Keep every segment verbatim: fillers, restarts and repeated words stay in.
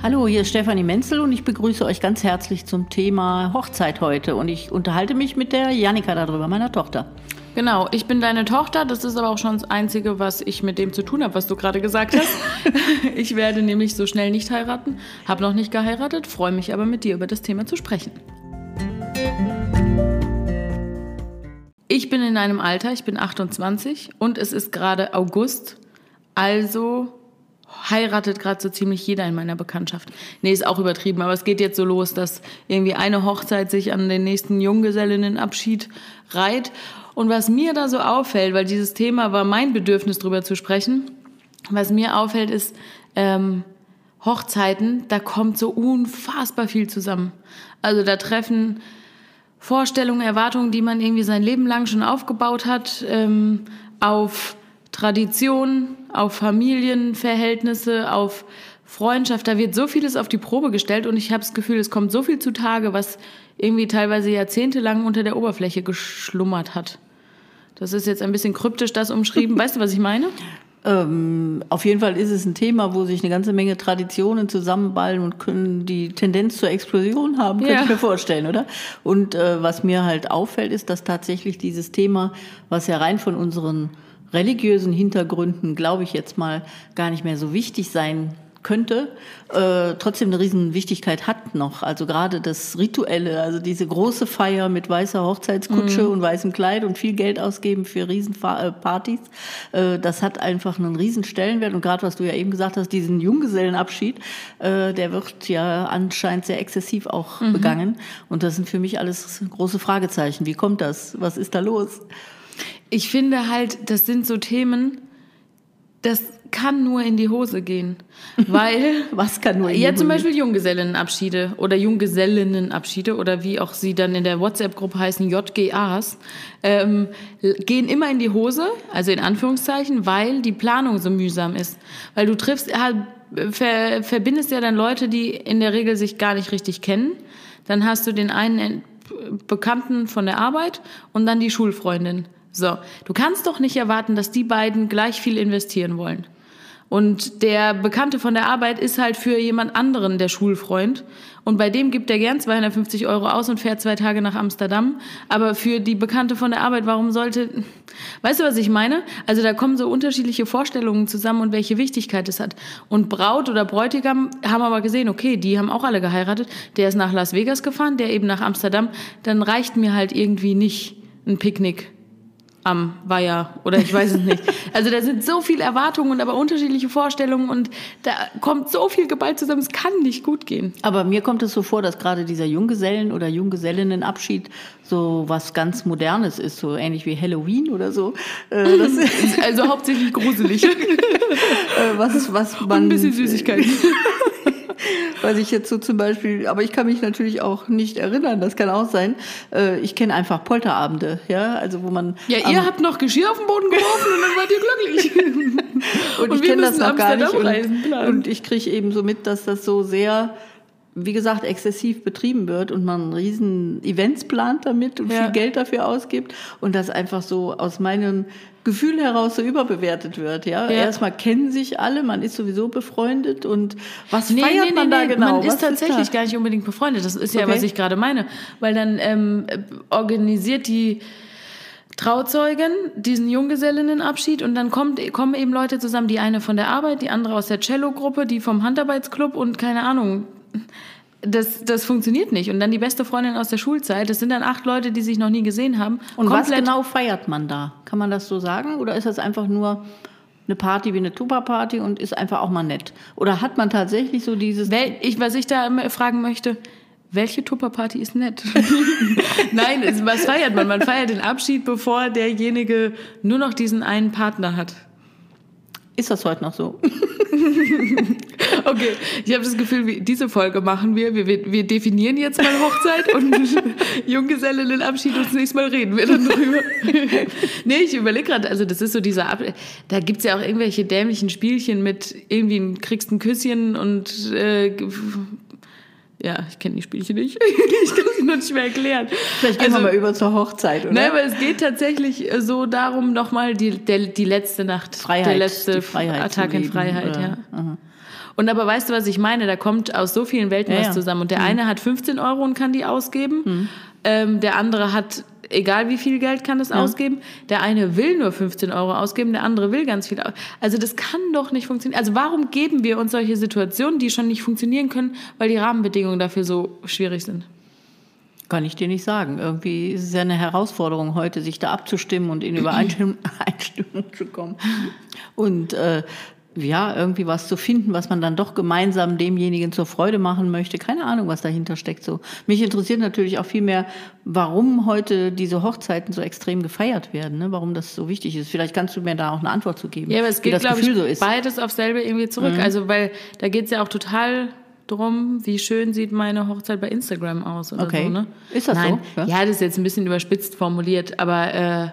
Hallo, hier ist Stefanie Menzel und ich begrüße euch ganz herzlich zum Thema Hochzeit heute. Und ich unterhalte mich mit der Jannika darüber, meiner Tochter. Genau, ich bin deine Tochter, das ist aber auch schon das Einzige, was ich mit dem zu tun habe, was du gerade gesagt hast. Ich werde nämlich so schnell nicht heiraten, habe noch nicht geheiratet, freue mich aber mit dir über das Thema zu sprechen. Ich bin in einem Alter, ich bin achtundzwanzig und es ist gerade August, also heiratet gerade so ziemlich jeder in meiner Bekanntschaft. Nee, ist auch übertrieben, aber es geht jetzt so los, dass irgendwie eine Hochzeit sich an den nächsten Junggesellinnenabschied reiht. Und was mir da so auffällt, weil dieses Thema war mein Bedürfnis, drüber zu sprechen, was mir auffällt, ist ähm, Hochzeiten, da kommt so unfassbar viel zusammen. Also da treffen Vorstellungen, Erwartungen, die man irgendwie sein Leben lang schon aufgebaut hat, ähm, auf Tradition, auf Familienverhältnisse, auf Freundschaft. Da wird so vieles auf die Probe gestellt und ich habe das Gefühl, es kommt so viel zutage, was irgendwie teilweise jahrzehntelang unter der Oberfläche geschlummert hat. Das ist jetzt ein bisschen kryptisch, das umschrieben. Weißt du, was ich meine? Ähm, auf jeden Fall ist es ein Thema, wo sich eine ganze Menge Traditionen zusammenballen und können die Tendenz zur Explosion haben, könnte ja. ich mir vorstellen, oder? Und äh, was mir halt auffällt, ist, dass tatsächlich dieses Thema, was ja rein von unseren religiösen Hintergründen, glaube ich jetzt mal, gar nicht mehr so wichtig sein könnte, äh, trotzdem eine riesen Wichtigkeit hat noch. Also gerade das Rituelle, also diese große Feier mit weißer Hochzeitskutsche mhm. und weißem Kleid und viel Geld ausgeben für Riesenpartys, äh, das hat einfach einen riesen Stellenwert. Und gerade was du ja eben gesagt hast, diesen Junggesellenabschied, äh, der wird ja anscheinend sehr exzessiv auch mhm. begangen. Und das sind für mich alles große Fragezeichen. Wie kommt das? Was ist da los? Ich finde halt, das sind so Themen, das kann nur in die Hose gehen, weil was kann nur in die ja Hose zum Beispiel Junggesellinnenabschiede oder Junggesellinnenabschiede oder wie auch sie dann in der WhatsApp-Gruppe heißen, J G As, ähm, gehen immer in die Hose, also in Anführungszeichen, weil die Planung so mühsam ist, weil du triffst, halt, ver, verbindest ja dann Leute, die in der Regel sich gar nicht richtig kennen, dann hast du den einen Bekannten von der Arbeit und dann die Schulfreundin. So, du kannst doch nicht erwarten, dass die beiden gleich viel investieren wollen. Und der Bekannte von der Arbeit ist halt für jemand anderen der Schulfreund. Und bei dem gibt er gern zweihundertfünfzig Euro aus und fährt zwei Tage nach Amsterdam. Aber für die Bekannte von der Arbeit, warum sollte... Weißt du, was ich meine? Also da kommen so unterschiedliche Vorstellungen zusammen und welche Wichtigkeit es hat. Und Braut oder Bräutigam haben aber gesehen, okay, die haben auch alle geheiratet. Der ist nach Las Vegas gefahren, der eben nach Amsterdam. Dann reicht mir halt irgendwie nicht ein Picknick am Weiher oder ich weiß es nicht. Also da sind so viele Erwartungen und aber unterschiedliche Vorstellungen und da kommt so viel geballt zusammen, es kann nicht gut gehen. Aber mir kommt es so vor, dass gerade dieser Junggesellen- oder Junggesellinnenabschied so was ganz Modernes ist, so ähnlich wie Halloween oder so. Äh, das ist also hauptsächlich gruselig. äh, was, was man, und ein bisschen Süßigkeiten. Was ich jetzt so zum Beispiel, aber ich kann mich natürlich auch nicht erinnern, das kann auch sein. Äh, ich kenne einfach Polterabende, ja, also wo man... Ja, ihr habt noch Geschirr auf den Boden geworfen und dann wart ihr glücklich. und, und ich kenne das noch gar nicht. Und, und ich kriege eben so mit, dass das so sehr, wie gesagt, exzessiv betrieben wird und man riesen Events plant damit und ja. viel Geld dafür ausgibt und das einfach so aus meinem Gefühl heraus so überbewertet wird, ja. ja. Erstmal kennen sich alle, man ist sowieso befreundet und was nee, feiert nee, man nee, da nee. genau? Man was ist tatsächlich ist gar nicht unbedingt befreundet, das ist ja, okay. was ich gerade meine, weil dann ähm, organisiert die Trauzeugen diesen Junggesellinnenabschied und dann kommt, kommen eben Leute zusammen, die eine von der Arbeit, die andere aus der Cello-Gruppe, die vom Handarbeitsclub und keine Ahnung. Das, das funktioniert nicht. Und dann die beste Freundin aus der Schulzeit, das sind dann acht Leute, die sich noch nie gesehen haben. Und was genau feiert man da? Kann man das so sagen? Oder ist das einfach nur eine Party wie eine Tupperparty und ist einfach auch mal nett? Oder hat man tatsächlich so dieses... Wel- ich, was ich da immer fragen möchte, welche Tupperparty ist nett? Nein, was feiert man? Man feiert den Abschied, bevor derjenige nur noch diesen einen Partner hat. Ist das heute noch so? Okay, ich habe das Gefühl, diese Folge machen wir. Wir, wir definieren jetzt mal Hochzeit und Junggesellinnenabschied und das nächste Mal reden wir dann drüber. Nee, ich überlege gerade, also das ist so dieser, Ab- da gibt's ja auch irgendwelche dämlichen Spielchen mit irgendwie kriegst ein Küsschen und äh, ja, ich kenne die Spielchen nicht. Ich kann sie noch nicht mehr erklären. Vielleicht gehen also, wir mal über zur Hochzeit, oder? Nein, aber es geht tatsächlich so darum, nochmal die, der, die letzte Nacht, Freiheit, der letzte Freiheit Tag in Freiheit, oder? Ja. Aha. Und aber weißt du, was ich meine? Da kommt aus so vielen Welten ja, was zusammen. Und der mhm. eine hat fünfzehn Euro und kann die ausgeben. Mhm. Ähm, der andere hat, egal wie viel Geld, kann das ja. ausgeben. Der eine will nur fünfzehn Euro ausgeben, der andere will ganz viel. Also das kann doch nicht funktionieren. Also warum geben wir uns solche Situationen, die schon nicht funktionieren können, weil die Rahmenbedingungen dafür so schwierig sind? Kann ich dir nicht sagen. Irgendwie ist es ja eine Herausforderung heute, sich da abzustimmen und in Übereinstimmung zu kommen. Und äh, ja, irgendwie was zu finden, was man dann doch gemeinsam demjenigen zur Freude machen möchte. Keine Ahnung, was dahinter steckt so. Mich interessiert natürlich auch viel mehr, warum heute diese Hochzeiten so extrem gefeiert werden, ne? Warum das so wichtig ist. Vielleicht kannst du mir da auch eine Antwort zu geben. Ja, aber es geht, glaube ich, so ist. beides auf selbe irgendwie zurück. Mhm. Also, weil da geht's ja auch total drum, wie schön sieht meine Hochzeit bei Instagram aus oder okay. so, ne? Ist das Nein. so? Ja? ja, das ist jetzt ein bisschen überspitzt formuliert, aber äh,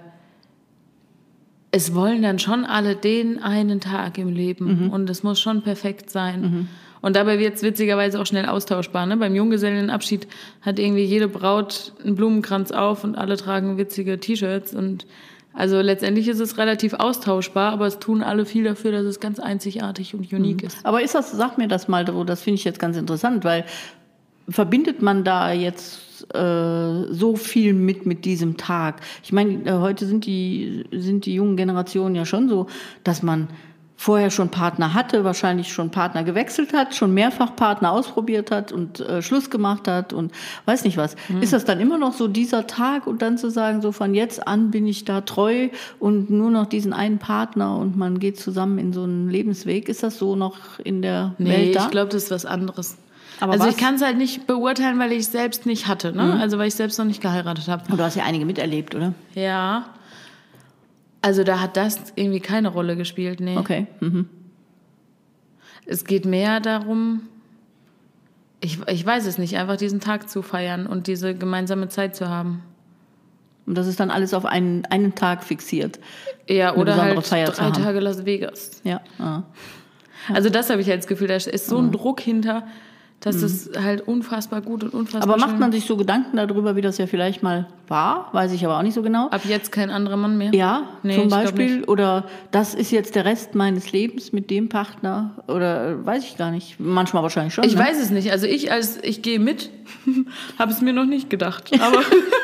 es wollen dann schon alle den einen Tag im Leben mhm. und es muss schon perfekt sein. Mhm. Und dabei wird es witzigerweise auch schnell austauschbar. Ne? Beim Junggesellenabschied hat irgendwie jede Braut einen Blumenkranz auf und alle tragen witzige T-Shirts. Und also letztendlich ist es relativ austauschbar, aber es tun alle viel dafür, dass es ganz einzigartig und unique mhm. ist. Aber ist das, sag mir das mal, das finde ich jetzt ganz interessant, weil verbindet man da jetzt so viel mit mit diesem Tag? Ich meine, heute sind die sind die jungen Generationen ja schon so, dass man vorher schon Partner hatte, wahrscheinlich schon Partner gewechselt hat, schon mehrfach Partner ausprobiert hat und äh, Schluss gemacht hat und weiß nicht was. Mhm. Ist das dann immer noch so dieser Tag und dann zu sagen, so von jetzt an bin ich da treu und nur noch diesen einen Partner und man geht zusammen in so einen Lebensweg? Ist das so noch in der nee, Welt da? Nee, ich glaube, das ist was anderes. Aber also was? Ich kann es halt nicht beurteilen, weil ich es selbst nicht hatte, ne? Mhm. Also weil ich selbst noch nicht geheiratet habe. Und du hast ja einige miterlebt, oder? Ja. Also da hat das irgendwie keine Rolle gespielt, nee. Okay. Mhm. Es geht mehr darum, ich, ich weiß es nicht, einfach diesen Tag zu feiern und diese gemeinsame Zeit zu haben. Und das ist dann alles auf einen, einen Tag fixiert? Ja, oder halt Feier drei Tage Las Vegas. Ja. Ah. Also das habe ich halt das Gefühl, da ist so ein mhm. Druck hinter, dass mhm. es halt unfassbar gut und unfassbar Aber macht schön. man sich so Gedanken darüber, wie das ja vielleicht mal war? Weiß ich aber auch nicht so genau. Ab jetzt kein anderer Mann mehr? Ja, nee, zum Beispiel. Oder das ist jetzt der Rest meines Lebens mit dem Partner. Oder weiß ich gar nicht. Manchmal wahrscheinlich schon. Ich ne? weiß es nicht. Also ich, als ich gehe mit, habe es mir noch nicht gedacht. Aber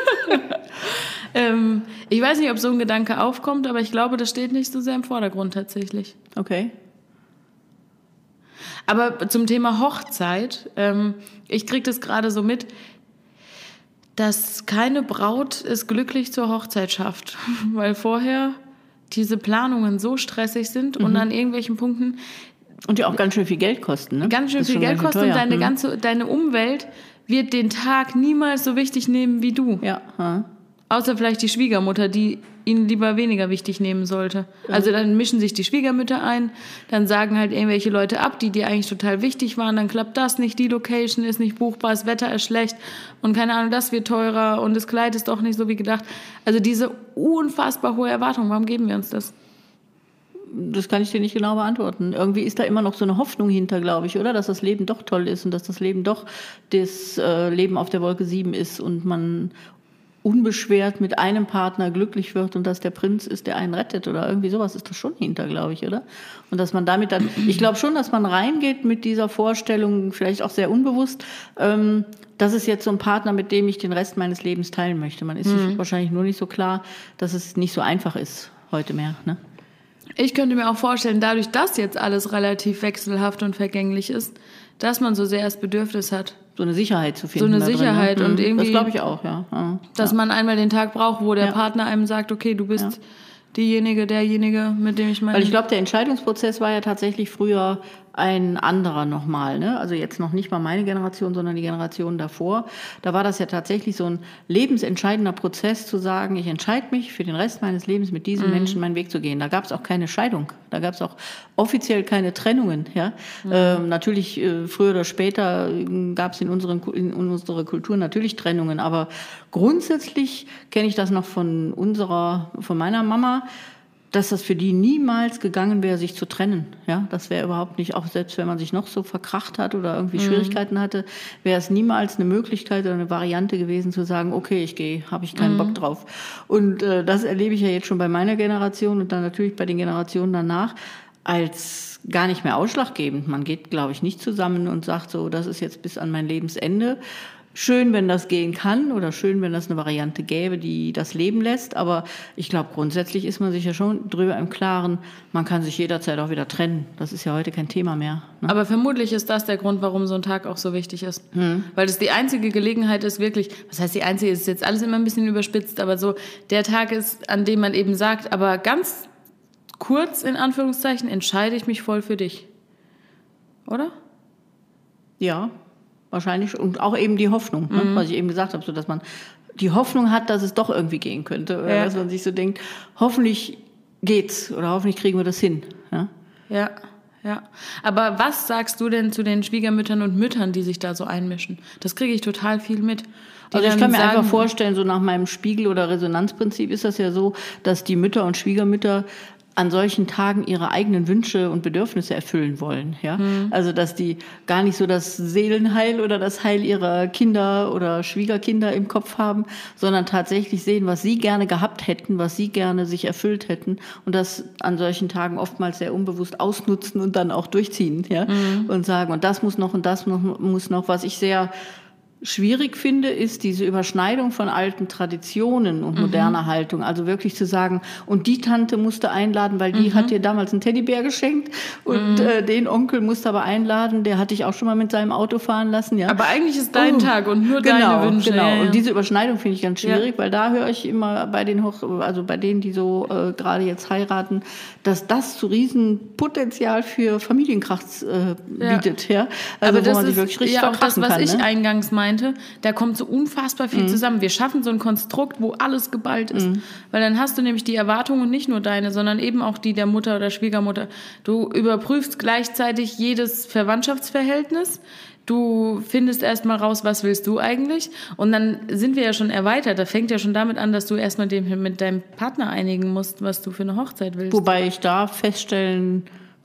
ähm, ich weiß nicht, ob so ein Gedanke aufkommt, aber ich glaube, das steht nicht so sehr im Vordergrund tatsächlich. Okay. Aber zum Thema Hochzeit, ähm, ich kriege das gerade so mit, dass keine Braut es glücklich zur Hochzeit schafft, weil vorher diese Planungen so stressig sind mhm. und an irgendwelchen Punkten... Und die auch ganz schön viel Geld kosten, ne? Ganz schön viel Geld kosten und deine, mhm. ganze, deine Umwelt wird den Tag niemals so wichtig nehmen wie du. Ja, ja. Außer vielleicht die Schwiegermutter, die ihn lieber weniger wichtig nehmen sollte. Also dann mischen sich die Schwiegermütter ein, dann sagen halt irgendwelche Leute ab, die dir eigentlich total wichtig waren, dann klappt das nicht, die Location ist nicht buchbar, das Wetter ist schlecht und keine Ahnung, das wird teurer und das Kleid ist doch nicht so wie gedacht. Also diese unfassbar hohe Erwartung, warum geben wir uns das? Das kann ich dir nicht genau beantworten. Irgendwie ist da immer noch so eine Hoffnung hinter, glaube ich, oder? Dass das Leben doch toll ist und dass das Leben doch das äh, Leben auf der Wolke sieben ist und man unbeschwert mit einem Partner glücklich wird und dass der Prinz ist, der einen rettet oder irgendwie sowas ist das schon hinter, glaube ich, oder? Und dass man damit dann, ich glaube schon, dass man reingeht mit dieser Vorstellung, vielleicht auch sehr unbewusst, ähm, das ist jetzt so ein Partner, mit dem ich den Rest meines Lebens teilen möchte. Man ist sich mhm. wahrscheinlich nur nicht so klar, dass es nicht so einfach ist heute mehr, ne? Ich könnte mir auch vorstellen, dadurch, dass jetzt alles relativ wechselhaft und vergänglich ist, dass man so sehr das Bedürfnis hat. So eine Sicherheit zu finden. So eine Sicherheit drin, ne? und irgendwie. Das glaube ich auch, ja. ja. Dass ja. man einmal den Tag braucht, wo der ja. Partner einem sagt, okay, du bist ja. diejenige, derjenige, mit dem ich meine. Weil ich glaube, der Entscheidungsprozess war ja tatsächlich früher ein anderer nochmal, ne? Also jetzt noch nicht mal meine Generation, sondern die Generation davor. Da war das ja tatsächlich so ein lebensentscheidender Prozess zu sagen, ich entscheide mich für den Rest meines Lebens mit diesem mhm. Menschen meinen Weg zu gehen. Da gab es auch keine Scheidung, da gab es auch offiziell keine Trennungen. Ja? Mhm. Ähm, natürlich äh, früher oder später gab es in, unseren, in unserer Kultur natürlich Trennungen, aber grundsätzlich kenne ich das noch von unserer, von meiner Mama. dass das für die niemals gegangen wäre, sich zu trennen. Ja, das wäre überhaupt nicht, auch selbst wenn man sich noch so verkracht hat oder irgendwie mhm. Schwierigkeiten hatte, wäre es niemals eine Möglichkeit oder eine Variante gewesen zu sagen, okay, ich gehe, habe ich keinen mhm. Bock drauf. Und äh, das erlebe ich ja jetzt schon bei meiner Generation und dann natürlich bei den Generationen danach als gar nicht mehr ausschlaggebend. Man geht, glaube ich, nicht zusammen und sagt so, das ist jetzt bis an mein Lebensende. Schön, wenn das gehen kann oder schön, wenn das eine Variante gäbe, die das leben lässt. Aber ich glaube, grundsätzlich ist man sich ja schon drüber im Klaren, man kann sich jederzeit auch wieder trennen. Das ist ja heute kein Thema mehr. Ne? Aber vermutlich ist das der Grund, warum so ein Tag auch so wichtig ist. Hm. Weil das die einzige Gelegenheit ist wirklich, was heißt die einzige, ist jetzt alles immer ein bisschen überspitzt, aber so der Tag ist, an dem man eben sagt, aber ganz kurz in Anführungszeichen entscheide ich mich voll für dich. Oder? Ja. Wahrscheinlich. Und auch eben die Hoffnung, ne? mhm. was ich eben gesagt habe, so dass man die Hoffnung hat, dass es doch irgendwie gehen könnte. Oder ja. dass man sich so denkt, hoffentlich geht's oder hoffentlich kriegen wir das hin. Ja? ja, ja. Aber was sagst du denn zu den Schwiegermüttern und Müttern, die sich da so einmischen? Das kriege ich total viel mit. Also ich kann mir sagen, einfach vorstellen, so nach meinem Spiegel- oder Resonanzprinzip ist das ja so, dass die Mütter und Schwiegermütter an solchen Tagen ihre eigenen Wünsche und Bedürfnisse erfüllen wollen, ja. Mhm. Also, dass die gar nicht so das Seelenheil oder das Heil ihrer Kinder oder Schwiegerkinder im Kopf haben, sondern tatsächlich sehen, was sie gerne gehabt hätten, was sie gerne sich erfüllt hätten und das an solchen Tagen oftmals sehr unbewusst ausnutzen und dann auch durchziehen, ja. Mhm. Und sagen, und das muss noch und das noch, muss noch, was ich sehr schwierig finde, ist diese Überschneidung von alten Traditionen und moderner mhm. Haltung. Also wirklich zu sagen, und die Tante musste einladen, weil die mhm. hat dir damals einen Teddybär geschenkt und mhm. äh, den Onkel musste aber einladen, der hat dich auch schon mal mit seinem Auto fahren lassen. Ja. Aber eigentlich ist dein oh, Tag und nur genau, deine Wünsche. Genau, ja, ja. Und diese Überschneidung finde ich ganz schwierig, ja. weil da höre ich immer bei den Hoch also bei denen, die so äh, gerade jetzt heiraten, dass das zu Riesenpotenzial für Familienkrach äh, bietet. Ja. Ja? Also aber wo das man sich ist wirklich richtig ja auch das, was kann, ich ne? eingangs meinte. Da kommt so unfassbar viel mhm. zusammen. Wir schaffen so ein Konstrukt, wo alles geballt ist. Mhm. Weil dann hast du nämlich die Erwartungen, nicht nur deine, sondern eben auch die der Mutter oder Schwiegermutter. Du überprüfst gleichzeitig jedes Verwandtschaftsverhältnis. Du findest erstmal raus, was willst du eigentlich? Und dann sind wir ja schon erweitert. Da fängt ja schon damit an, dass du erstmal mit deinem Partner einigen musst, was du für eine Hochzeit willst. Wobei ich da feststellen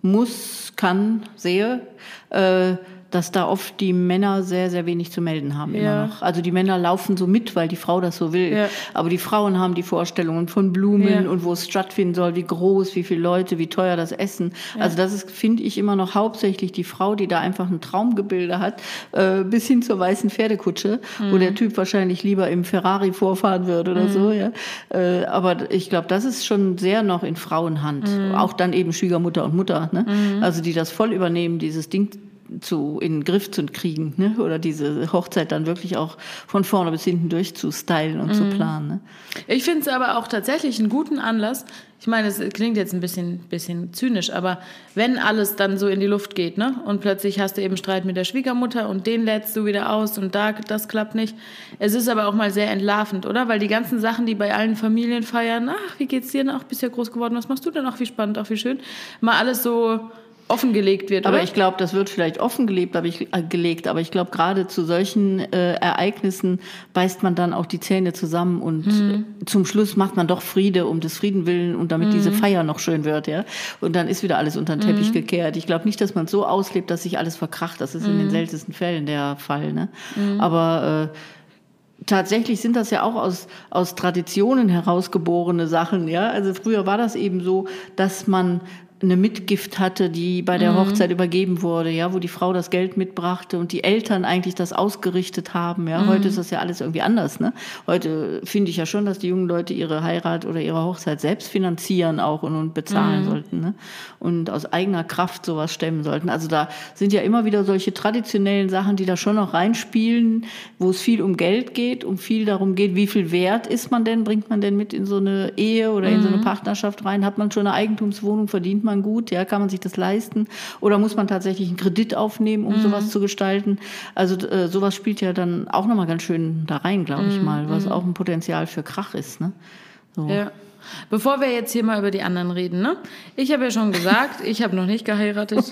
muss, kann, sehe, äh, dass da oft die Männer sehr, sehr wenig zu melden haben, ja. immer noch. Also die Männer laufen so mit, weil die Frau das so will. Ja. Aber die Frauen haben die Vorstellungen von Blumen ja. und wo es stattfinden soll, wie groß, wie viele Leute, wie teuer das Essen. Ja. Also das ist, finde ich, immer noch hauptsächlich die Frau, die da einfach ein Traumgebilde hat, äh, bis hin zur weißen Pferdekutsche, mhm. wo der Typ wahrscheinlich lieber im Ferrari vorfahren würde oder mhm. so. Ja. Äh, aber ich glaube, das ist schon sehr noch in Frauenhand. Mhm. Auch dann eben Schwiegermutter und Mutter, ne? Mhm. Also die das voll übernehmen, dieses Ding zu in den Griff zu kriegen, ne? Oder diese Hochzeit dann wirklich auch von vorne bis hinten durchzustylen und mhm. zu planen. Ne? Ich finde es aber auch tatsächlich einen guten Anlass. Ich meine, es klingt jetzt ein bisschen, bisschen zynisch, aber wenn alles dann so in die Luft geht, ne? Und plötzlich hast du eben Streit mit der Schwiegermutter und den lädst du wieder aus und da, das klappt nicht. Es ist aber auch mal sehr entlarvend, oder? Weil die ganzen Sachen, die bei allen Familien feiern, ach, wie geht's dir? Ach, bist ja groß geworden, was machst du denn? Ach, wie spannend, ach, wie schön. Mal alles so offengelegt wird, aber oder? Ich glaube, das wird vielleicht offengelegt, aber ich, äh, gelegt, aber ich glaube, gerade zu solchen äh, Ereignissen beißt man dann auch die Zähne zusammen und mhm. zum Schluss macht man doch Friede um des Frieden willen und damit mhm. diese Feier noch schön wird, ja. Und dann ist wieder alles unter den Teppich mhm. gekehrt. Ich glaube nicht, dass man so auslebt, dass sich alles verkracht. Das ist mhm. in den seltensten Fällen der Fall, ne? Mhm. Aber äh, tatsächlich sind das ja auch aus, aus Traditionen herausgeborene Sachen, ja. Also früher war das eben so, dass man eine Mitgift hatte, die bei der mhm. Hochzeit übergeben wurde, ja, wo die Frau das Geld mitbrachte und die Eltern eigentlich das ausgerichtet haben, ja. Mhm. Heute ist das ja alles irgendwie anders, ne? Heute finde ich ja schon, dass die jungen Leute ihre Heirat oder ihre Hochzeit selbst finanzieren auch und, und bezahlen mhm. sollten, ne? Und aus eigener Kraft sowas stemmen sollten. Also da sind ja immer wieder solche traditionellen Sachen, die da schon noch reinspielen, wo es viel um Geld geht, um viel darum geht, wie viel Wert ist man denn, bringt man denn mit in so eine Ehe oder in mhm. so eine Partnerschaft rein? Hat man schon eine Eigentumswohnung, verdient man gut, ja, kann man sich das leisten? Oder muss man tatsächlich einen Kredit aufnehmen, um mhm. sowas zu gestalten? Also äh, sowas spielt ja dann auch nochmal ganz schön da rein, glaube ich mhm. mal, was auch ein Potenzial für Krach ist, ne? So. Ja. Bevor wir jetzt hier mal über die anderen reden, ne? Ich habe ja schon gesagt, ich habe noch nicht geheiratet.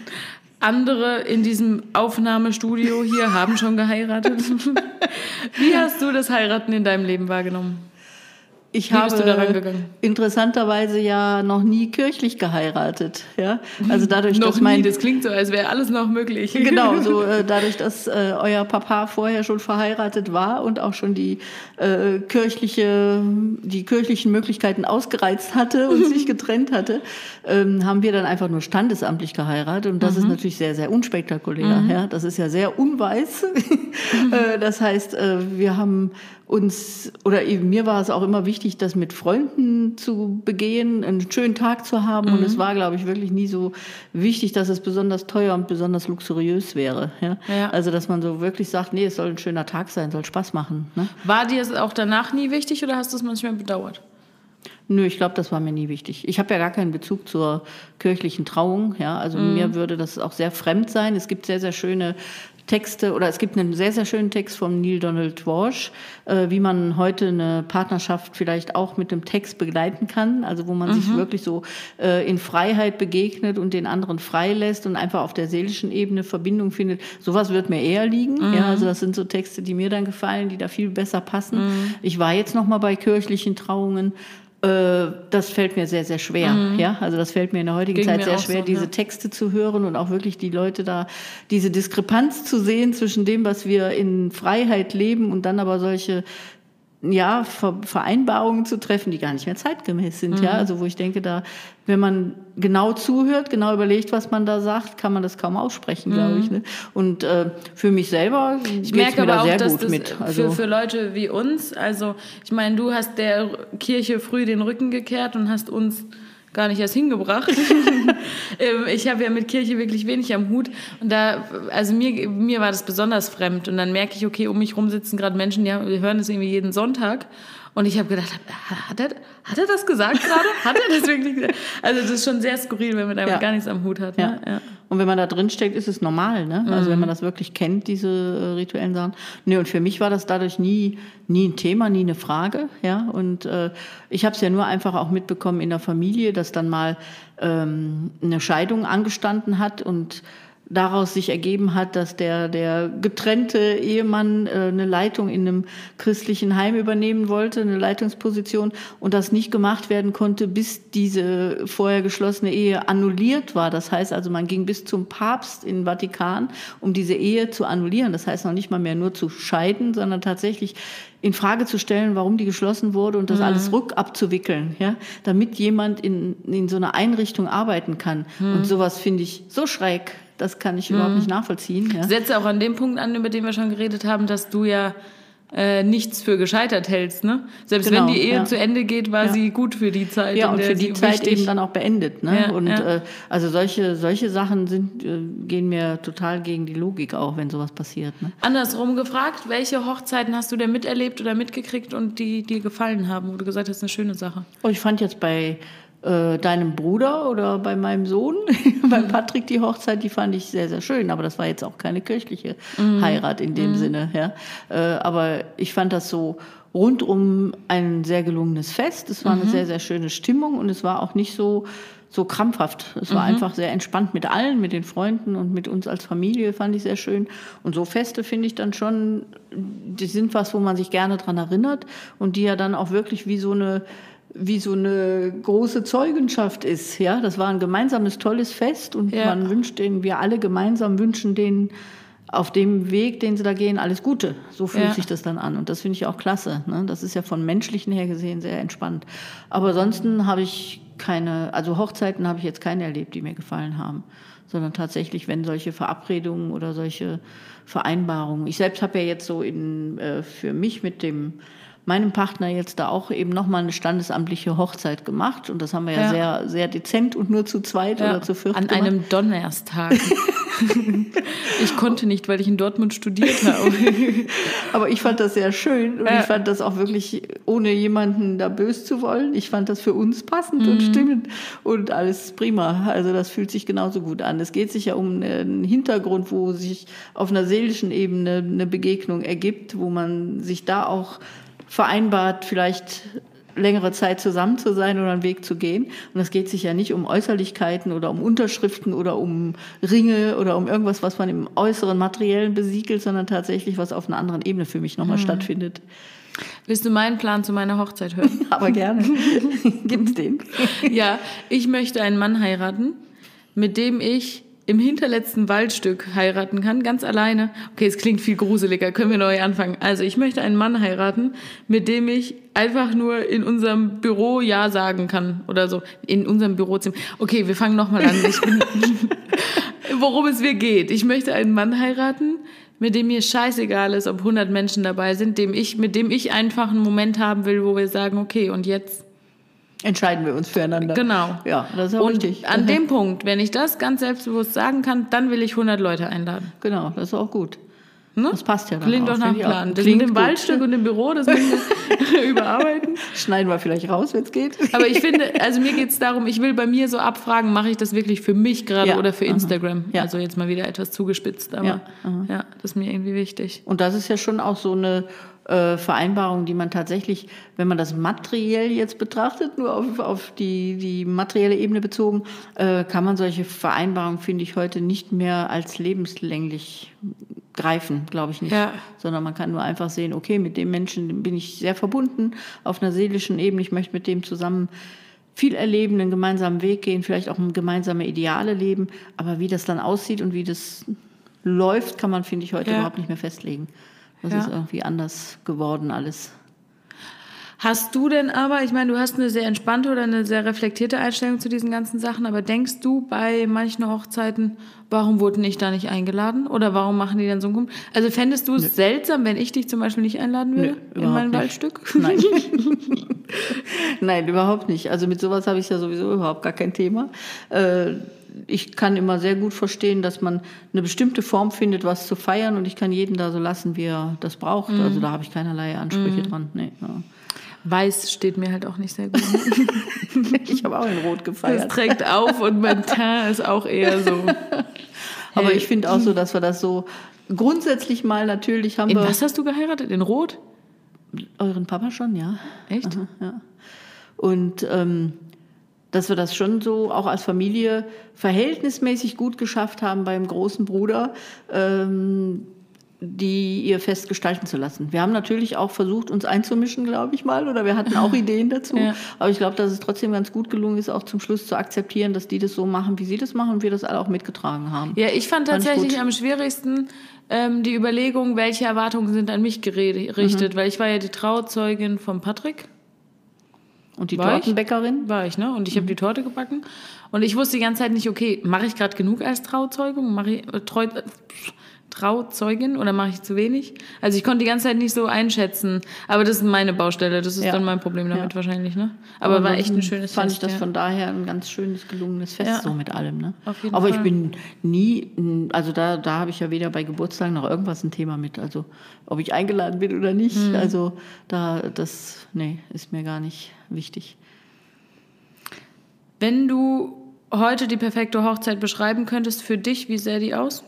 Andere in diesem Aufnahmestudio hier haben schon geheiratet. Wie hast du das Heiraten in deinem Leben wahrgenommen? Ich Wie habe bist du da rangegangen? interessanterweise ja noch nie kirchlich geheiratet. Ja? Also dadurch, noch dass mein nie, das klingt so, als wäre alles noch möglich. Genau, so äh, dadurch, dass äh, euer Papa vorher schon verheiratet war und auch schon die äh, kirchliche, die kirchlichen Möglichkeiten ausgereizt hatte und sich getrennt hatte, ähm, haben wir dann einfach nur standesamtlich geheiratet und das mhm. ist natürlich sehr, sehr unspektakulär. Mhm. Ja? Das ist ja sehr unweiß. Mhm. äh, das heißt, äh, wir haben uns, oder eben mir war es auch immer wichtig, das mit Freunden zu begehen, einen schönen Tag zu haben. Mhm. Und es war, glaube ich, wirklich nie so wichtig, dass es besonders teuer und besonders luxuriös wäre. Ja? Ja. Also, dass man so wirklich sagt, nee, es soll ein schöner Tag sein, soll Spaß machen. Ne? War dir es auch danach nie wichtig oder hast du es manchmal bedauert? Nö, ich glaube, das war mir nie wichtig. Ich habe ja gar keinen Bezug zur kirchlichen Trauung. Ja? Also mhm. mir würde das auch sehr fremd sein. Es gibt sehr, sehr schöne Texte, oder es gibt einen sehr, sehr schönen Text von Neale Donald Walsch, äh, wie man heute eine Partnerschaft vielleicht auch mit einem Text begleiten kann, also wo man mhm. sich wirklich so äh, in Freiheit begegnet und den anderen frei lässt und einfach auf der seelischen Ebene Verbindung findet. Sowas wird mir eher liegen. Mhm. Ja, also das sind so Texte, die mir dann gefallen, die da viel besser passen. Mhm. Ich war jetzt noch mal bei kirchlichen Trauungen. Das fällt mir sehr, sehr schwer. Mhm. Ja, also das fällt mir in der heutigen Ging Zeit sehr schwer, so, diese ja. Texte zu hören und auch wirklich die Leute da, diese Diskrepanz zu sehen zwischen dem, was wir in Freiheit leben und dann aber solche ja, Vereinbarungen zu treffen, die gar nicht mehr zeitgemäß sind. Mhm. Ja, also wo ich denke, da, wenn man genau zuhört, genau überlegt, was man da sagt, kann man das kaum aussprechen, mhm. glaube ich. Ne? Und äh, für mich selber ich merke mir aber da sehr auch, dass gut das mit. Also für, für Leute wie uns, also ich meine, du hast der Kirche früh den Rücken gekehrt und hast uns gar nicht erst hingebracht. Ich habe ja mit Kirche wirklich wenig am Hut und da, also mir, mir war das besonders fremd und dann merke ich, okay, um mich rum sitzen gerade Menschen, die hören das irgendwie jeden Sonntag und ich habe gedacht, hat er, hat er das gesagt gerade? Hat er das wirklich gesagt? Also das ist schon sehr skurril, wenn man damit ja. gar nichts am Hut hat. Ja. Ne? Ja. Und wenn man da drin steckt, ist es normal, ne? Also mhm. wenn man das wirklich kennt, diese äh, rituellen Sachen. Nee, und für mich war das dadurch nie, nie ein Thema, nie eine Frage, ja. Und äh, ich habe es ja nur einfach auch mitbekommen in der Familie, dass dann mal ähm, eine Scheidung angestanden hat und daraus sich ergeben hat, dass der, der getrennte Ehemann äh, eine Leitung in einem christlichen Heim übernehmen wollte, eine Leitungsposition, und das nicht gemacht werden konnte, bis diese vorher geschlossene Ehe annulliert war. Das heißt also, man ging bis zum Papst in den Vatikan, um diese Ehe zu annullieren. Das heißt noch nicht mal mehr nur zu scheiden, sondern tatsächlich in Frage zu stellen, warum die geschlossen wurde und das mhm. alles rückabzuwickeln, ja, damit jemand in, in so einer Einrichtung arbeiten kann. Mhm. Und sowas finde ich so schräg. Das kann ich mhm. überhaupt nicht nachvollziehen. Ja. Setze auch an dem Punkt an, über den wir schon geredet haben, dass du ja äh, nichts für gescheitert hältst. Ne? Selbst genau, wenn die Ehe ja. zu Ende geht, war ja. sie gut für die Zeit. Ja, in und der für die Zeit wichtig. eben dann auch beendet. Ne? Ja, und ja. Äh, also solche, solche Sachen sind, äh, gehen mir total gegen die Logik auch, wenn sowas passiert. Ne? Andersrum gefragt, welche Hochzeiten hast du denn miterlebt oder mitgekriegt und die dir gefallen haben, wo du gesagt hast, eine schöne Sache? Oh, ich fand jetzt bei äh, deinem Bruder oder bei meinem Sohn, bei Patrick, die Hochzeit, die fand ich sehr, sehr schön. Aber das war jetzt auch keine kirchliche mhm. Heirat in dem mhm. Sinne. Ja? Äh, aber ich fand das so rundum ein sehr gelungenes Fest. Es war mhm. eine sehr, sehr schöne Stimmung und es war auch nicht so so krampfhaft. Es war mhm. einfach sehr entspannt mit allen, mit den Freunden und mit uns als Familie, fand ich sehr schön. Und so Feste finde ich dann schon, die sind was, wo man sich gerne dran erinnert und die ja dann auch wirklich wie so eine wie so eine große Zeugenschaft ist. Ja, das war ein gemeinsames, tolles Fest und ja. man wünscht denen, wir alle gemeinsam wünschen denen auf dem Weg, den sie da gehen, alles Gute. So fühlt ja. sich das dann an. Und das finde ich auch klasse. Ne? Das ist ja von menschlichen her gesehen sehr entspannt. Aber ansonsten habe ich keine, also Hochzeiten habe ich jetzt keine erlebt, die mir gefallen haben. Sondern tatsächlich, wenn solche Verabredungen oder solche Vereinbarungen. Ich selbst habe ja jetzt so in, äh, für mich mit dem meinem Partner jetzt da auch eben nochmal eine standesamtliche Hochzeit gemacht. Und das haben wir ja, ja. sehr, sehr dezent und nur zu zweit ja. oder zu viert An gemacht. einem Donnerstag. Ich konnte nicht, weil ich in Dortmund studiert habe. Aber ich fand das sehr schön und ja. ich fand das auch wirklich, ohne jemanden da böse zu wollen, ich fand das für uns passend mhm. und stimmend und alles prima. Also das fühlt sich genauso gut an. Es geht sich ja um einen Hintergrund, wo sich auf einer seelischen Ebene eine Begegnung ergibt, wo man sich da auch vereinbart, vielleicht längere Zeit zusammen zu sein oder einen Weg zu gehen. Und es geht sich ja nicht um Äußerlichkeiten oder um Unterschriften oder um Ringe oder um irgendwas, was man im äußeren Materiellen besiegelt, sondern tatsächlich, was auf einer anderen Ebene für mich nochmal mhm. stattfindet. Willst du meinen Plan zu meiner Hochzeit hören? Aber gerne. Gibt's den? Ja, ich möchte einen Mann heiraten, mit dem ich im hinterletzten Waldstück heiraten kann, ganz alleine. Okay, es klingt viel gruseliger, können wir neu anfangen. Also ich möchte einen Mann heiraten, mit dem ich einfach nur in unserem Büro Ja sagen kann oder so. In unserem Bürozimmer. Okay, wir fangen nochmal an. Ich bin worum es mir geht. Ich möchte einen Mann heiraten, mit dem mir scheißegal ist, ob hundert Menschen dabei sind, dem ich, mit dem ich einfach einen Moment haben will, wo wir sagen, okay, und jetzt entscheiden wir uns füreinander. Genau. Ja, das ist auch und richtig. An dem Punkt, wenn ich das ganz selbstbewusst sagen kann, dann will ich hundert Leute einladen. Genau, das ist auch gut. Ne? Das passt ja dann Klingt auch. doch nach dem Plan. Das Klingt mit dem gut. Waldstück und dem Büro, das müssen wir überarbeiten. Schneiden wir vielleicht raus, wenn es geht. Aber ich finde, also mir geht es darum, ich will bei mir so abfragen, mache ich das wirklich für mich gerade Ja. oder für Aha. Instagram? Ja. Also jetzt mal wieder etwas zugespitzt, aber Ja. Aha. ja, das ist mir irgendwie wichtig. Und das ist ja schon auch so eine äh, Vereinbarung, die man tatsächlich, wenn man das materiell jetzt betrachtet, nur auf, auf die, die materielle Ebene bezogen, äh, kann man solche Vereinbarungen, finde ich, heute nicht mehr als lebenslänglich greifen, glaube ich nicht. Ja. Sondern man kann nur einfach sehen, okay, mit dem Menschen bin ich sehr verbunden auf einer seelischen Ebene, ich möchte mit dem zusammen viel erleben, einen gemeinsamen Weg gehen, vielleicht auch gemeinsame Ideale leben, aber wie das dann aussieht und wie das läuft, kann man, finde ich, heute Ja. überhaupt nicht mehr festlegen. Das Ja. ist irgendwie anders geworden alles. Hast du denn aber, ich meine, du hast eine sehr entspannte oder eine sehr reflektierte Einstellung zu diesen ganzen Sachen, aber denkst du bei manchen Hochzeiten, warum wurden ich da nicht eingeladen? Oder warum machen die denn so einen Kumpel? Also fändest du es seltsam, wenn ich dich zum Beispiel nicht einladen würde Nö, in mein nicht. Waldstück? Nein. Nein, überhaupt nicht. Also mit sowas habe ich ja sowieso überhaupt gar kein Thema. Äh, ich kann immer sehr gut verstehen, dass man eine bestimmte Form findet, was zu feiern, und ich kann jeden da so lassen, wie er das braucht. Mhm. Also da habe ich keinerlei Ansprüche mhm. dran. Nee, ja. Weiß steht mir halt auch nicht sehr gut. Ich habe auch in Rot gefeiert. Das trägt auf und mein Teint ist auch eher so. Aber Hey. ich finde auch so, dass wir das so grundsätzlich mal natürlich haben In wir... was hast du geheiratet? In Rot? Euren Papa schon, ja. Echt? Aha, ja. Und ähm, dass wir das schon so auch als Familie verhältnismäßig gut geschafft haben beim großen Bruder, ähm, die ihr Fest gestalten zu lassen. Wir haben natürlich auch versucht, uns einzumischen, glaube ich mal, oder wir hatten auch Ideen dazu. Ja. Aber ich glaube, dass es trotzdem ganz gut gelungen ist, auch zum Schluss zu akzeptieren, dass die das so machen, wie sie das machen, und wir das alle auch mitgetragen haben. Ja, ich fand tatsächlich fand am schwierigsten ähm, die Überlegung, welche Erwartungen sind an mich gerichtet, mhm. weil ich war ja die Trauzeugin von Patrick. Und die war Tortenbäckerin? Ich? War ich, ne? Und ich mhm. habe die Torte gebacken. Und ich wusste die ganze Zeit nicht, okay, mache ich gerade genug als Trauzeugung? Mache ich äh, Treu, äh, Trauzeugin oder mache ich zu wenig? Also ich konnte die ganze Zeit nicht so einschätzen. Aber das ist meine Baustelle. Das ist ja. dann mein Problem damit ja. wahrscheinlich, ne? Aber, Aber war echt ein schönes fand Fest. Fand ich das ja. von daher ein ganz schönes, gelungenes Fest, ja. so mit allem, ne? Auf jeden Aber Fall. ich bin nie, also da, da habe ich ja weder bei Geburtstagen noch irgendwas ein Thema mit. Also ob ich eingeladen bin oder nicht. Mhm. Also da, das, nee, ist mir gar nicht wichtig. Wenn du heute die perfekte Hochzeit beschreiben könntest für dich, wie sähe die aus?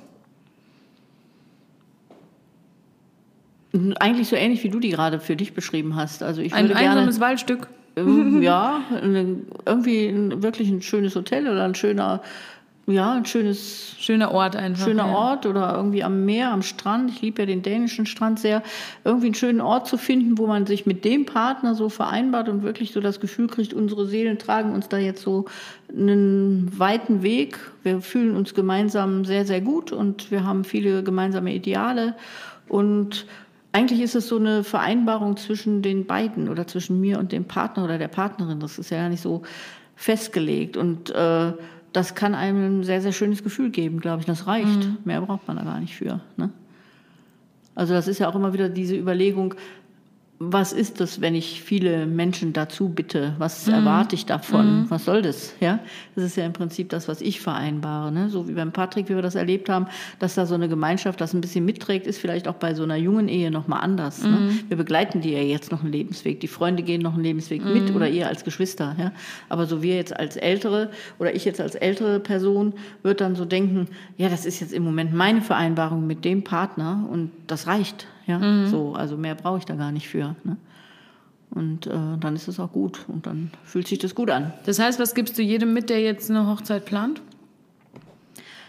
Eigentlich so ähnlich, wie du die gerade für dich beschrieben hast. Also ich ein würde einsames gerne, Waldstück? Ähm, ja, eine, irgendwie ein, wirklich ein schönes Hotel oder ein schöner, ja, ein schönes... Schöner Ort einfach. Schöner ja. Ort oder irgendwie am Meer, am Strand. Ich liebe ja den dänischen Strand sehr. Irgendwie einen schönen Ort zu finden, wo man sich mit dem Partner so vereinbart und wirklich so das Gefühl kriegt, unsere Seelen tragen uns da jetzt so einen weiten Weg. Wir fühlen uns gemeinsam sehr, sehr gut und wir haben viele gemeinsame Ideale. Und eigentlich ist es so eine Vereinbarung zwischen den beiden oder zwischen mir und dem Partner oder der Partnerin. Das ist ja gar nicht so festgelegt. Und äh, das kann einem ein sehr, sehr schönes Gefühl geben, glaube ich. Das reicht. Mhm. Mehr braucht man da gar nicht für. Ne? Also das ist ja auch immer wieder diese Überlegung, was ist das, wenn ich viele Menschen dazu bitte? Was mhm. erwarte ich davon? Mhm. Was soll das? Ja, das ist ja im Prinzip das, was ich vereinbare. Ne? So wie beim Patrick, wie wir das erlebt haben, dass da so eine Gemeinschaft das ein bisschen mitträgt, ist vielleicht auch bei so einer jungen Ehe noch mal anders. Mhm. Ne? Wir begleiten die ja jetzt noch einen Lebensweg. Die Freunde gehen noch einen Lebensweg mhm. mit oder ihr als Geschwister. Ja? Aber so wir jetzt als Ältere oder ich jetzt als ältere Person wird dann so denken, ja, das ist jetzt im Moment meine Vereinbarung mit dem Partner und das reicht. Ja, mhm. so, also mehr brauche ich da gar nicht für. Ne? Und äh, dann ist es auch gut und dann fühlt sich das gut an. Das heißt, was gibst du jedem mit, der jetzt eine Hochzeit plant?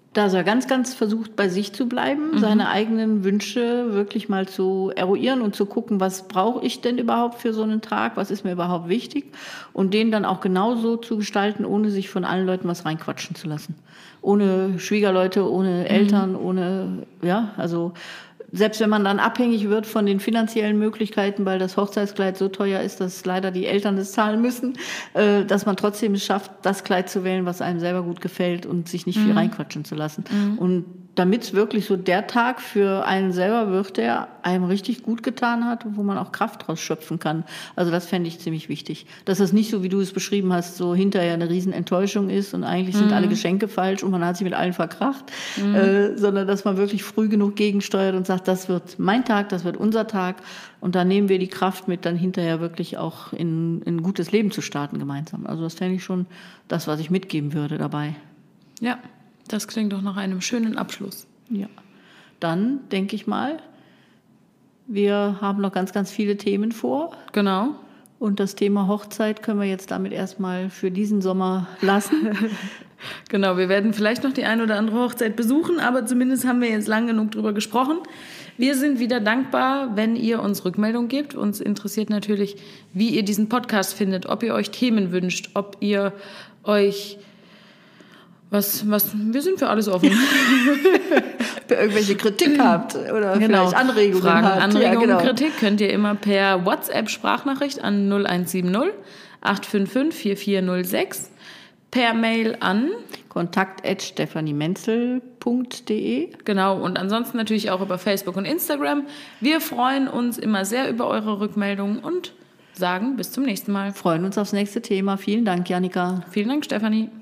Dass er ganz, ganz versucht, bei sich zu bleiben, mhm. seine eigenen Wünsche wirklich mal zu eruieren und zu gucken, was brauche ich denn überhaupt für so einen Tag, was ist mir überhaupt wichtig und den dann auch genauso zu gestalten, ohne sich von allen Leuten was reinquatschen zu lassen. Ohne Schwiegerleute, ohne Eltern, mhm. ohne, ja, also selbst wenn man dann abhängig wird von den finanziellen Möglichkeiten, weil das Hochzeitskleid so teuer ist, dass leider die Eltern das zahlen müssen, äh, dass man trotzdem es schafft, das Kleid zu wählen, was einem selber gut gefällt und sich nicht mhm. viel reinquatschen zu lassen. Mhm. Und damit es wirklich so der Tag für einen selber wird, der einem richtig gut getan hat und wo man auch Kraft draus schöpfen kann. Also das fände ich ziemlich wichtig. Dass das nicht so, wie du es beschrieben hast, so hinterher eine riesen Enttäuschung ist und eigentlich mhm. sind alle Geschenke falsch und man hat sich mit allen verkracht, mhm. äh, sondern dass man wirklich früh genug gegensteuert und sagt, das wird mein Tag, das wird unser Tag und da nehmen wir die Kraft mit, dann hinterher wirklich auch in, in ein gutes Leben zu starten gemeinsam. Also das fände ich schon das, was ich mitgeben würde dabei. Ja. Das klingt doch nach einem schönen Abschluss. Ja, dann denke ich mal, wir haben noch ganz, ganz viele Themen vor. Genau. Und das Thema Hochzeit können wir jetzt damit erstmal für diesen Sommer lassen. Genau, wir werden vielleicht noch die eine oder andere Hochzeit besuchen, aber zumindest haben wir jetzt lang genug drüber gesprochen. Wir sind wieder dankbar, wenn ihr uns Rückmeldung gebt. Uns interessiert natürlich, wie ihr diesen Podcast findet, ob ihr euch Themen wünscht, ob ihr euch... Was, was, wir sind für alles offen. Für irgendwelche Kritik habt oder genau. vielleicht Anregungen Fragen, habt. Anregungen, ja, genau. Kritik könnt ihr immer per WhatsApp-Sprachnachricht an null eins sieben null acht fünf fünf vier vier null sechs, per Mail an kontakt at stephaniemenzel punkt de. Genau, und ansonsten natürlich auch über Facebook und Instagram. Wir freuen uns immer sehr über eure Rückmeldungen und sagen bis zum nächsten Mal. Freuen uns aufs nächste Thema. Vielen Dank, Jannika. Vielen Dank, Stefanie.